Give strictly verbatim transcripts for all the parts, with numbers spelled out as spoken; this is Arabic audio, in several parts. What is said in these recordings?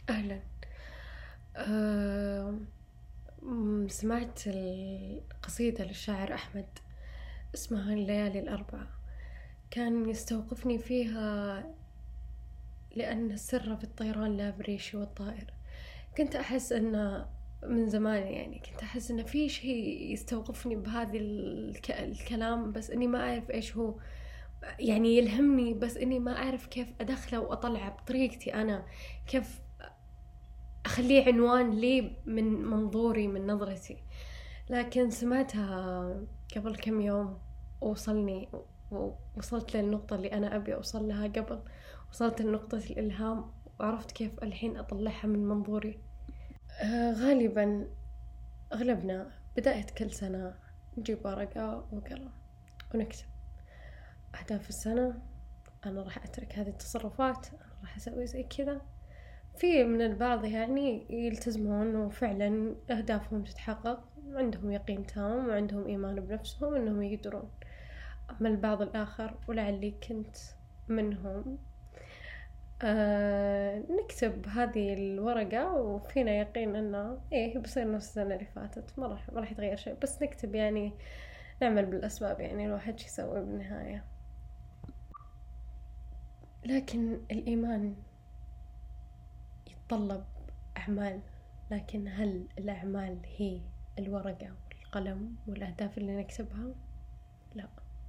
أهلا. أه م- سمعت القصيدة للشاعر أحمد اسمها الليالي الأربعة. كان يستوقفني فيها لأن السر في الطيران لا بريشي والطائر. كنت أحس أن من زمان يعني كنت أحس أن في شيء يستوقفني بهذه الك... الكلام، بس إني ما أعرف إيش هو. يعني يلهمني بس إني ما أعرف كيف أدخله وأطلعه بطريقتي أنا، كيف أخليه عنوان لي من منظوري من نظرتي. لكن سمعتها قبل كم يوم ووصلني، ووصلت للنقطة اللي أنا أبي أوصل لها. قبل وصلت لنقطة الإلهام وعرفت كيف الحين أطلعها من منظوري. آه غالبا أغلبنا بداية كل سنة نجيب ورقة وقلم ونكتب أهداف السنة. أنا راح أترك هذه التصرفات، أنا راح أسوي زي كذا. في من البعض يعني يلتزمون وفعلا أهدافهم تتحقق، عندهم يقين تام وعندهم إيمان بنفسهم أنهم يقدرون. أما البعض الآخر ولعلي كنت منهم، آه نكتب هذه الورقة وفينا يقين أنه إيه بيصير نفس السنة اللي فاتت، ما راح ما راح يتغير شيء، بس نكتب يعني نعمل بالأسباب، يعني الواحد شي يسوي بالنهاية. لكن الإيمان يتطلب أعمال، لكن هل الأعمال هي الورقة والقلم والأهداف اللي نكتبها؟ لا.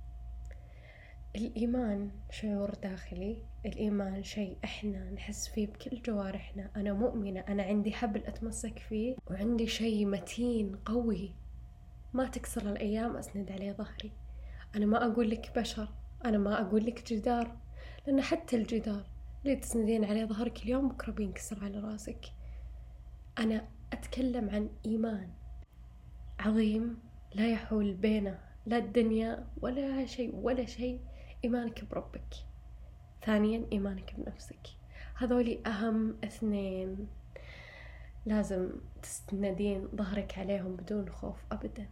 الإيمان شعور داخلي، الإيمان شيء إحنا نحس فيه بكل جوارحنا. أنا مؤمنة، أنا عندي حبل أتمسك فيه وعندي شيء متين قوي ما تكسر الأيام أسند عليه ظهري. أنا ما أقول لك بشر، أنا ما أقول لك جدار، لأن حتى الجدار اللي تسندين عليه ظهرك اليوم بكرة بينكسر على راسك. أنا أتكلم عن إيمان عظيم لا يحول بينه لا الدنيا ولا شيء ولا شيء. إيمانك بربك، ثانيا إيمانك بنفسك. هذولي أهم اثنين لازم تستندين ظهرك عليهم بدون خوف أبدا،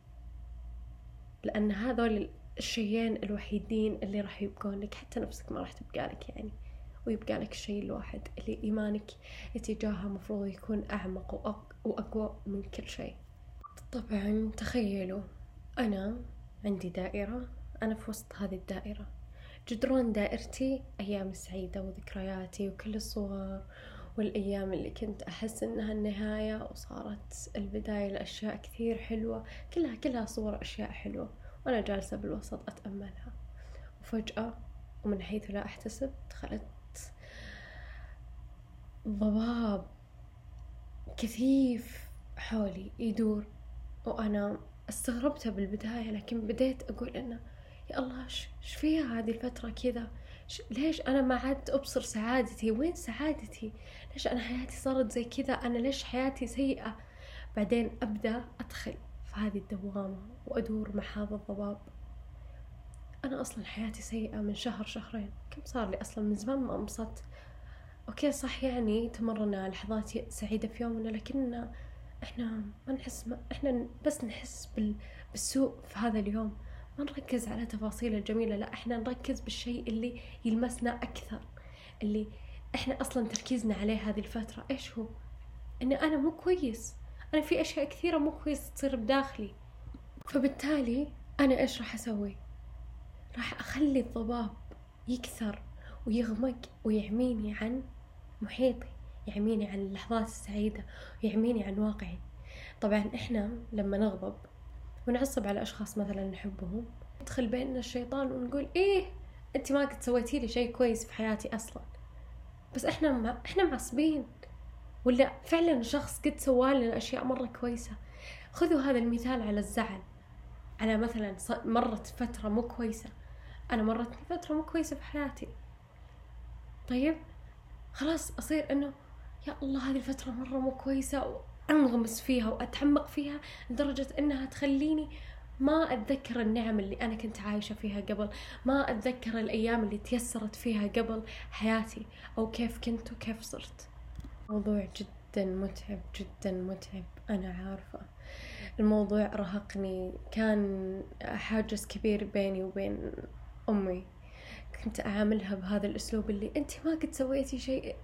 لأن هذول الشيئين الوحيدين اللي راح يبقون لك. حتى نفسك ما راح تبقى لك يعني، ويبقى لك الشيء الواحد اللي إيمانك اتجاهه مفروض يكون أعمق وأقوى من كل شيء. طبعا تخيلوا أنا عندي دائرة، أنا في وسط هذه الدائرة، جدران دائرتي أيام سعيدة وذكرياتي وكل الصور والأيام اللي كنت أحس إنها النهاية وصارت البداية لأشياء كثير حلوة، كلها كلها صور أشياء حلوة وأنا جالسة بالوسط أتأملها. وفجأة ومن حيث لا أحتسب دخلت ضباب كثيف حولي يدور، وأنا استغربتها بالبداية، لكن بديت أقول إنه يا الله إيش فيها هذه الفترة كذا؟ ليش أنا ما عاد أبصر سعادتي؟ وين سعادتي؟ ليش أنا حياتي صارت زي كذا؟ أنا ليش حياتي سيئة؟ بعدين أبدأ أدخل في هذه الدوامة وأدور مع هذا الضباب. أنا أصلا حياتي سيئة من شهر شهرين، كم صار لي أصلا؟ من زمان ما انبسطت. أوكي صح، يعني تمرنا لحظات سعيدة في يومنا، لكننا إحنا ما نحس، ما إحنا بس نحس بال... بالسوء في هذا اليوم، ما نركز على تفاصيل الجميلة. لا، إحنا نركز بالشيء اللي يلمسنا أكثر، اللي إحنا أصلا تركيزنا عليه هذه الفترة إيش هو؟ إن أنا مو كويس، أنا في أشياء كثيرة مو كويس تصير بداخلي. فبالتالي أنا إيش راح أسوي؟ راح أخلي الضباب يكثر ويغمق ويعميني عن محيطي، يعميني عن اللحظات السعيدة ويعميني عن واقعي. طبعا إحنا لما نغضب ونعصب على أشخاص مثلا نحبهم يدخل بيننا الشيطان ونقول إيه أنت ما قد سويتي لي شيء كويس في حياتي أصلا، بس إحنا ما إحنا معصبين، ولا فعلا شخص قد سوالنا أشياء مرة كويسة. خذوا هذا المثال على الزعل، على مثلا مرت فترة مو كويسة، أنا مرتني فترة مو كويسة في حياتي، طيب خلاص أصير إنه يا الله هذه الفترة مرة مو كويسة وأنغمس فيها وأتعمق فيها لدرجة إنها تخليني ما أتذكر النعم اللي أنا كنت عايشة فيها قبل، ما أتذكر الأيام اللي تيسرت فيها قبل حياتي أو كيف كنت وكيف صرت. موضوع جدا متعب جدا متعب، أنا عارفة الموضوع رهقني، كان حاجز كبير بيني وبين أمي، كنت أعاملها بهذا الأسلوب اللي أنت ما قد سويتي شيء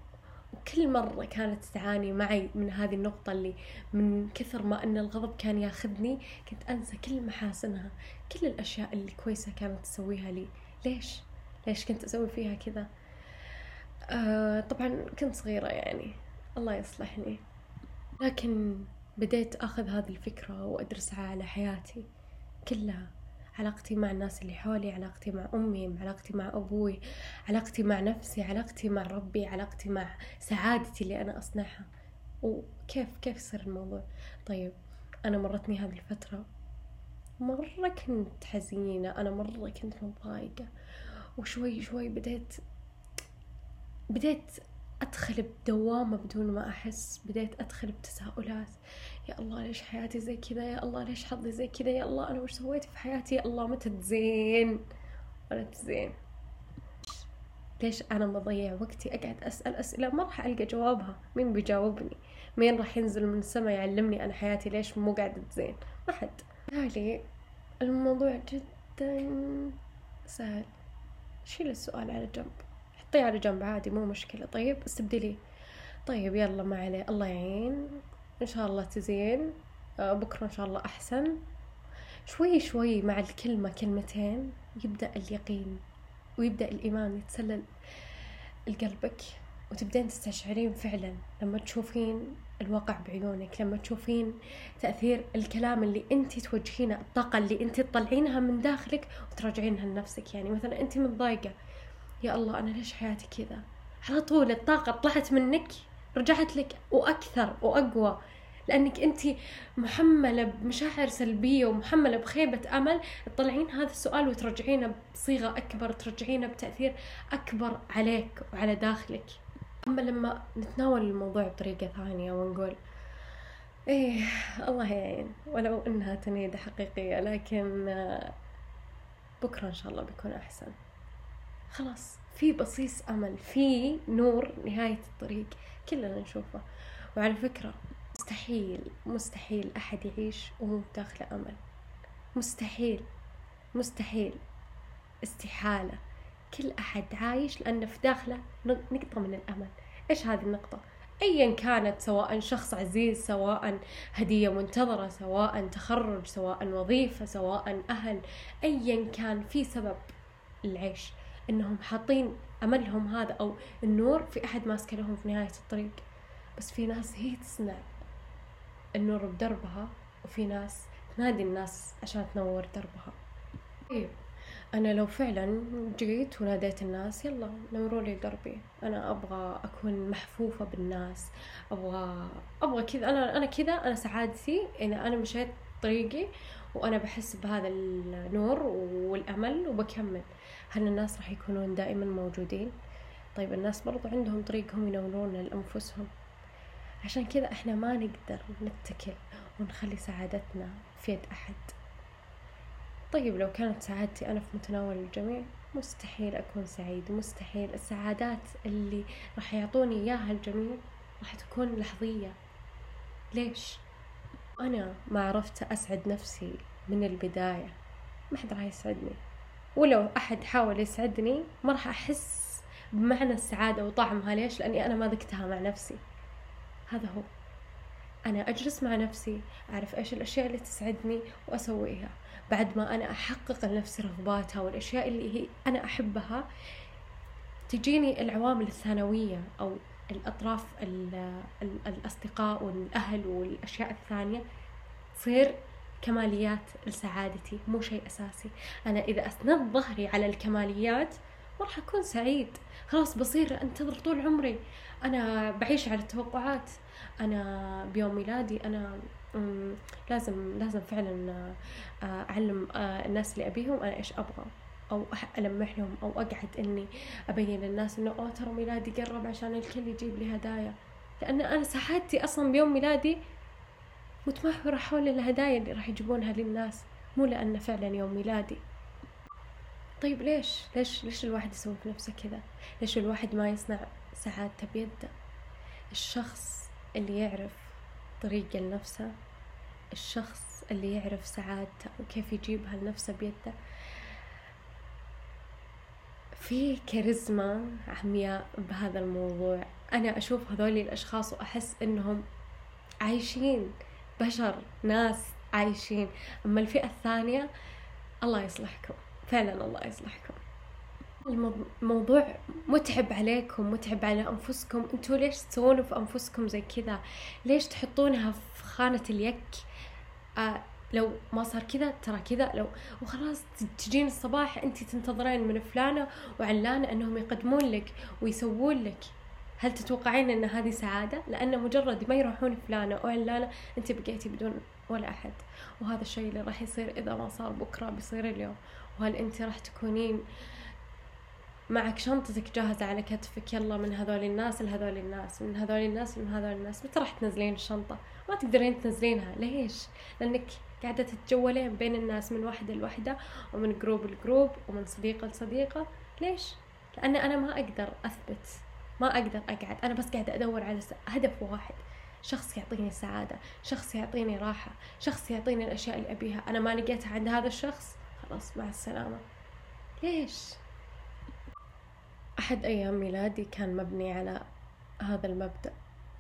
كل مرة كانت تعاني معي من هذه النقطة اللي من كثر ما أن الغضب كان ياخذني كنت أنسى كل محاسنها، كل الأشياء اللي كويسة كانت تسويها لي. ليش؟ ليش كنت أسوي فيها كذا؟ آه طبعا كنت صغيرة يعني، الله يصلحني. لكن بديت أخذ هذه الفكرة وأدرسها على حياتي كلها، علاقتي مع الناس اللي حولي، علاقتي مع أمي، علاقتي مع أبوي، علاقتي مع نفسي، علاقتي مع ربي، علاقتي مع سعادتي اللي أنا أصنعها. وكيف كيف يصير الموضوع؟ طيب أنا مرتني هذه الفترة مرة كنت حزينة، أنا مرة كنت مضايقة، وشوي شوي بديت بديت أدخل بدوامة بدون ما أحس، بديت أدخل بتساؤلات، يا الله ليش حياتي زي كذا، يا الله ليش حظي زي كذا، يا الله أنا وش سويت في حياتي، يا الله متى تزين ولا تزين، ليش أنا بضيع وقتي أقعد أسأل أسئلة ما راح ألقى جوابها، مين بيجاوبني، مين راح ينزل من السماء يعلمني أنا حياتي ليش مو قاعدة تزين؟ ما حد. بالتالي الموضوع جدا سهل، شيل السؤال على جنب، حطيه على جنب عادي مو مشكلة. طيب استبدلي، طيب يلا ما عليه، الله يعين، إن شاء الله تزين، بكرة إن شاء الله أحسن. شوي شوي مع الكلمة كلمتين يبدأ اليقين ويبدأ الإيمان يتسلل لقلبك، وتبدين تستشعرين فعلا لما تشوفين الواقع بعيونك، لما تشوفين تأثير الكلام اللي انت توجهينه، الطاقة اللي انت تطلعينها من داخلك وتراجعينها لنفسك. يعني مثلا انت متضايقة، يا الله أنا ليش حياتي كذا، على طول الطاقة طلعت منك رجعت لك وأكثر وأقوى، لأنك أنت محملة بمشاعر سلبية ومحملة بخيبة أمل، تطلعين هذا السؤال وترجعينه بصيغة أكبر، ترجعينه بتأثير أكبر عليك وعلى داخلك. أما لما نتناول الموضوع بطريقة ثانية ونقول إيه الله يعين، ولو إنها تنيدة حقيقية، لكن بكرة إن شاء الله بيكون أحسن، خلاص في بصيص أمل، في نور نهاية الطريق كلنا نشوفه. وعلى فكرة مستحيل مستحيل أحد يعيش ومو بداخله أمل، مستحيل مستحيل استحالة، كل أحد عايش لأنه في داخله نقطة من الأمل. إيش هذه النقطة؟ أيا كانت، سواء شخص عزيز، سواء هدية منتظرة، سواء تخرج، سواء وظيفة، سواء أهل، أيا كان في سبب للعيش، إنهم حاطين أملهم هذا أو النور في أحد ماسك لهم في نهاية الطريق. بس في ناس هي تصنع النور بدربها، وفي ناس تنادي الناس عشان تنور دربها. طيب أنا لو فعلا جيت وناديت الناس يلا نوروا لي دربي، أنا أبغى أكون محفوفة بالناس، أبغى أبغى كذا، أنا أنا كذا، أنا سعادتي إن أنا مشيت طريقي وأنا بحس بهذا النور والأمل وبكمل. هل الناس راح يكونون دائما موجودين؟ طيب الناس برضو عندهم طريقهم ينورون لأنفسهم، عشان كذا إحنا ما نقدر نتكل ونخلي سعادتنا في يد أحد. طيب لو كانت سعادتي أنا في متناول الجميع مستحيل أكون سعيد، مستحيل. السعادات اللي راح يعطوني إياها الجميع راح تكون لحظية. ليش؟ أنا ما عرفت أسعد نفسي من البداية ما حد راح يسعدني، ولو أحد حاول يسعدني ما راح أحس بمعنى السعادة وطعمها. ليش؟ لأني أنا ما ذقتها مع نفسي. هذا هو، أنا أجلس مع نفسي أعرف إيش الأشياء اللي تسعدني وأسويها، بعد ما أنا أحقق لنفسي رغباتها والأشياء اللي هي أنا أحبها، تجيني العوامل الثانوية أو الأطراف الأصدقاء والأهل والأشياء الثانية تصير كماليات لسعادتي، مو شيء أساسي. أنا إذا أسند ظهري على الكماليات ما راح أكون سعيد، خلاص بصير أنتظر طول عمري، أنا بعيش على التوقعات، أنا بيوم ميلادي أنا لازم لازم فعلا أعلم الناس اللي أبيهم أنا إيش أبغى، أو ألمح لهم، أو أقعد إني أبين للناس إنه أوه ترى ميلادي قرب عشان الكل يجيب لي هدايا، لأن أنا سعادتي أصلا بيوم ميلادي متمحورة حول الهدايا اللي راح يجيبونها للناس، مو لأن فعلا يوم ميلادي. طيب ليش ليش ليش الواحد يسوي في نفسه كذا؟ ليش الواحد ما يصنع سعادته بيده؟ الشخص اللي يعرف طريقة لنفسه، الشخص اللي يعرف سعادته وكيف يجيبها لنفسه بيده، في كاريزما عمياء بهذا الموضوع. أنا أشوف هذولي الأشخاص وأحس إنهم عايشين، بشر، ناس عايشين. أما الفئة الثانية الله يصلحكم، فعلا الله يصلحكم. الموضوع متعب عليكم، متعب على أنفسكم. أنتوا ليش تسوون في أنفسكم زي كذا؟ ليش تحطونها في خانة اليك؟ آه لو ما صار كذا ترى كذا، لو وخلاص تجين الصباح أنت تنتظرين من فلانة وعلانة أنهم يقدمون لك ويسوون لك. هل تتوقعين أن هذه سعادة؟ لأن مجرد ما يروحون فلانة وعلانة أنت بقيتي بدون ولا أحد. وهذا الشيء اللي راح يصير إذا ما صار بكرة بيصير اليوم. وهل أنت راح تكونين معك شنطتك جاهزة على كتفك، يلا من هذول الناس لهذول الناس، من هذول الناس من هذول الناس، متى راح تنزلين الشنطة؟ ما تقدرين تنزلينها. ليش؟ لأنك قاعدة تتجولين بين الناس من واحدة لوحدة ومن جروب لجروب ومن صديقة لصديقة. ليش؟ لأن أنا ما أقدر أثبت، ما أقدر أقعد، أنا بس قاعدة أدور على هدف واحد، شخص يعطيني سعادة، شخص يعطيني راحة، شخص يعطيني الأشياء اللي أبيها. أنا ما لقيتها عند هذا الشخص، خلاص مع السلامة. ليش؟ أحد أيام ميلادي كان مبني على هذا المبدأ.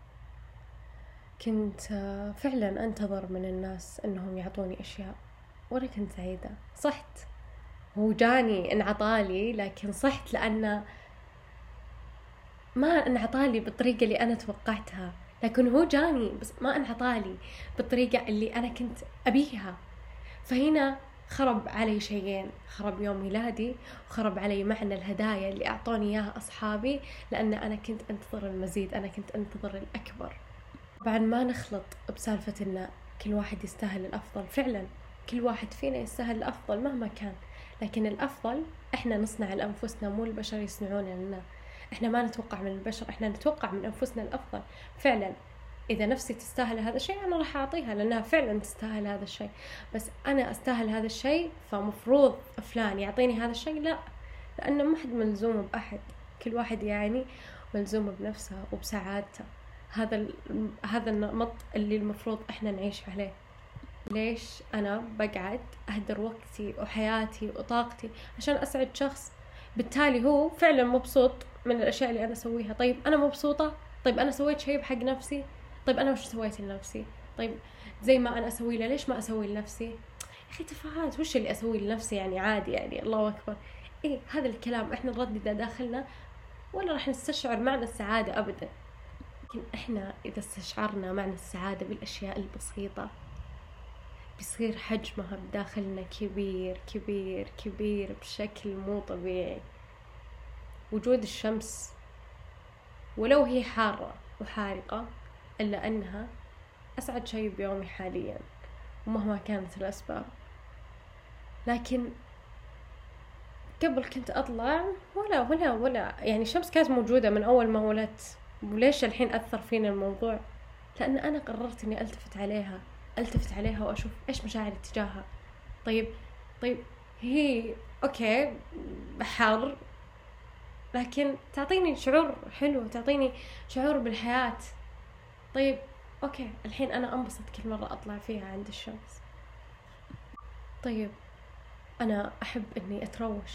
كنت فعلا أنتظر من الناس أنهم يعطوني أشياء وأنا كنت سعيدة. صحت، هو جاني انعطالي، لكن صحت لأن ما انعطالي بالطريقة اللي أنا توقعتها، لكن هو جاني بس ما انعطالي بالطريقة اللي أنا كنت أبيها. فهنا خرب علي شيئين، خرب يوم ميلادي وخرب علي معنى الهدايا اللي أعطوني إياها أصحابي، لأن أنا كنت أنتظر المزيد، أنا كنت أنتظر الأكبر. بعد ما نخلط بسالفة إن كل واحد يستاهل الأفضل، فعلا كل واحد فينا يستاهل الأفضل مهما كان، لكن الأفضل إحنا نصنع لأنفسنا، مو البشر يصنعون لنا. إحنا ما نتوقع من البشر، إحنا نتوقع من أنفسنا الأفضل. فعلا إذا نفسي تستاهل هذا الشيء أنا راح أعطيها لأنها فعلا تستاهل هذا الشيء، بس أنا أستاهل هذا الشيء فمفروض فلان يعطيني هذا الشيء؟ لا، لأنه ما حد ملزوم بأحد، كل واحد يعني ملزوم بنفسه وبسعادته. هذا هذا النمط اللي المفروض إحنا نعيش عليه. ليش أنا بقعد أهدر وقتي وحياتي وطاقتي عشان أسعد شخص بالتالي هو فعلا مبسوط من الأشياء اللي أنا أسويها؟ طيب أنا مبسوطة؟ طيب أنا سويت شيء بحق نفسي؟ طيب أنا وش سويت لنفسي؟ طيب زي ما أنا أسوي له ليش ما أسوي لنفسي؟ يا أخي تفاهات، وش اللي أسوي لنفسي يعني عادي يعني الله أكبر. إيه هذا الكلام إحنا نردده داخلنا ولا راح نستشعر معنى السعادة أبدا. لكن إحنا إذا استشعرنا معنى السعادة بالأشياء البسيطة بيصير حجمها بداخلنا كبير كبير كبير بشكل مو طبيعي. وجود الشمس ولو هي حارة وحارقة إلا أنها أسعد شيء بيومي حاليا ومهما كانت الأسباب. لكن قبل كنت أطلع ولا ولا ولا يعني الشمس كانت موجودة من أول ما ولدت، وليش الحين أثر فينا الموضوع؟ لأن أنا قررت إني ألتفت عليها ألتفت عليها وأشوف إيش مشاعري تجاهها. طيب طيب هي أوكي حار لكن تعطيني شعور حلو، تعطيني شعور بالحياة. طيب أوكي الحين أنا أنبسط كل مرة أطلع فيها عند الشمس. طيب أنا أحب إني أتروش،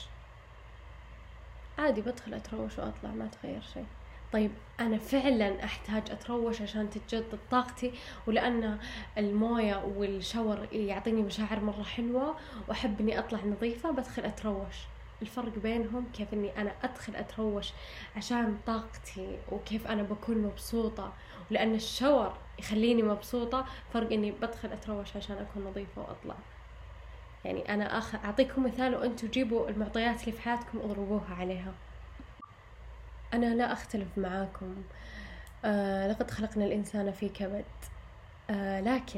عادي بدخل أتروش وأطلع ما تغير شيء. طيب أنا فعلا أحتاج أتروش عشان تتجدد طاقتي، ولأن الموية والشاور يعطيني مشاعر مرة حلوة وأحب إني أطلع نظيفة بدخل أتروش. الفرق بينهم كيف إني أنا أدخل أتروش عشان طاقتي وكيف أنا بكون مبسوطة، ولأن الشاور يخليني مبسوطة. فرق إني بدخل أتروش عشان أكون نظيفة وأطلع. يعني أنا أخ... أعطيكم مثال وأنتوا جيبوا المعطيات اللي في حياتكم اضربوها عليها. أنا لا أختلف معاكم، آه لقد خلقنا الإنسان في كبد، آه لكن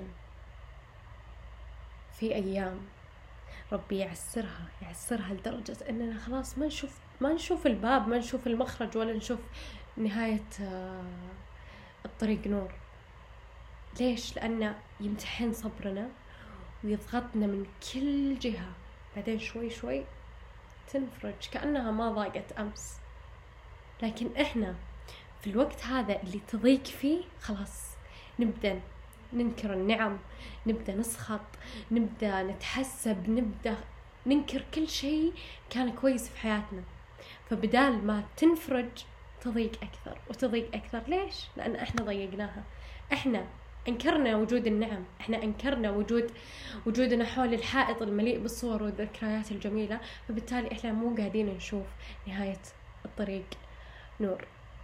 في أيام ربي يعسرها يعسرها لدرجة أننا خلاص ما نشوف ما نشوف الباب، ما نشوف المخرج ولا نشوف نهاية آه الطريق نور. ليش؟ لأنه يمتحن صبرنا ويضغطنا من كل جهة، بعدين شوي شوي تنفرج كأنها ما ضاقت أمس. لكن إحنا في الوقت هذا اللي تضيق فيه خلاص نبدأ ننكر النعم، نبدأ نسخط، نبدأ نتحسب، نبدأ ننكر كل شيء كان كويس في حياتنا. فبدال ما تنفرج تضيق أكثر وتضيق أكثر. ليش؟ لأن إحنا ضيقناها، إحنا أنكرنا وجود النعم، إحنا أنكرنا وجود وجودنا حول الحائط المليء بالصور والذكريات الجميلة، فبالتالي إحنا مو قاعدين نشوف نهاية الطريق نور.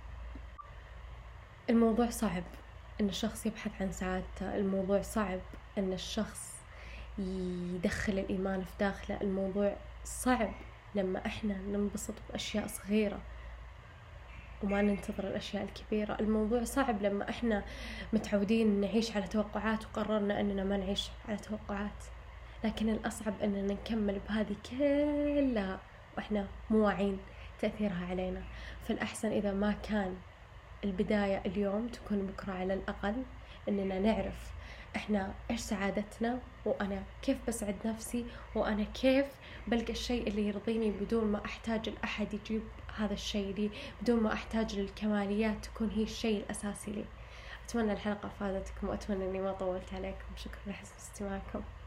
الموضوع صعب إن الشخص يبحث عن سعادته، الموضوع صعب إن الشخص يدخل الإيمان في داخله، الموضوع صعب لما إحنا ننبسط بأشياء صغيرة وما ننتظر الأشياء الكبيرة، الموضوع صعب لما إحنا متعودين نعيش على توقعات وقررنا أننا ما نعيش على توقعات. لكن الأصعب أننا نكمل بهذه كلها وإحنا مو واعين تأثيرها علينا. فالأحسن إذا ما كان البداية اليوم تكون بكرة على الأقل، أننا نعرف إحنا إيش سعادتنا، وأنا كيف بسعد نفسي، وأنا كيف بلقى الشيء اللي يرضيني بدون ما أحتاج الأحد يجيب هذا الشيء لي، بدون ما أحتاج للكماليات تكون هي الشيء الأساسي لي. أتمنى الحلقة فادتكم وأتمنى أني ما طولت عليكم. شكرا لحسن استماعكم.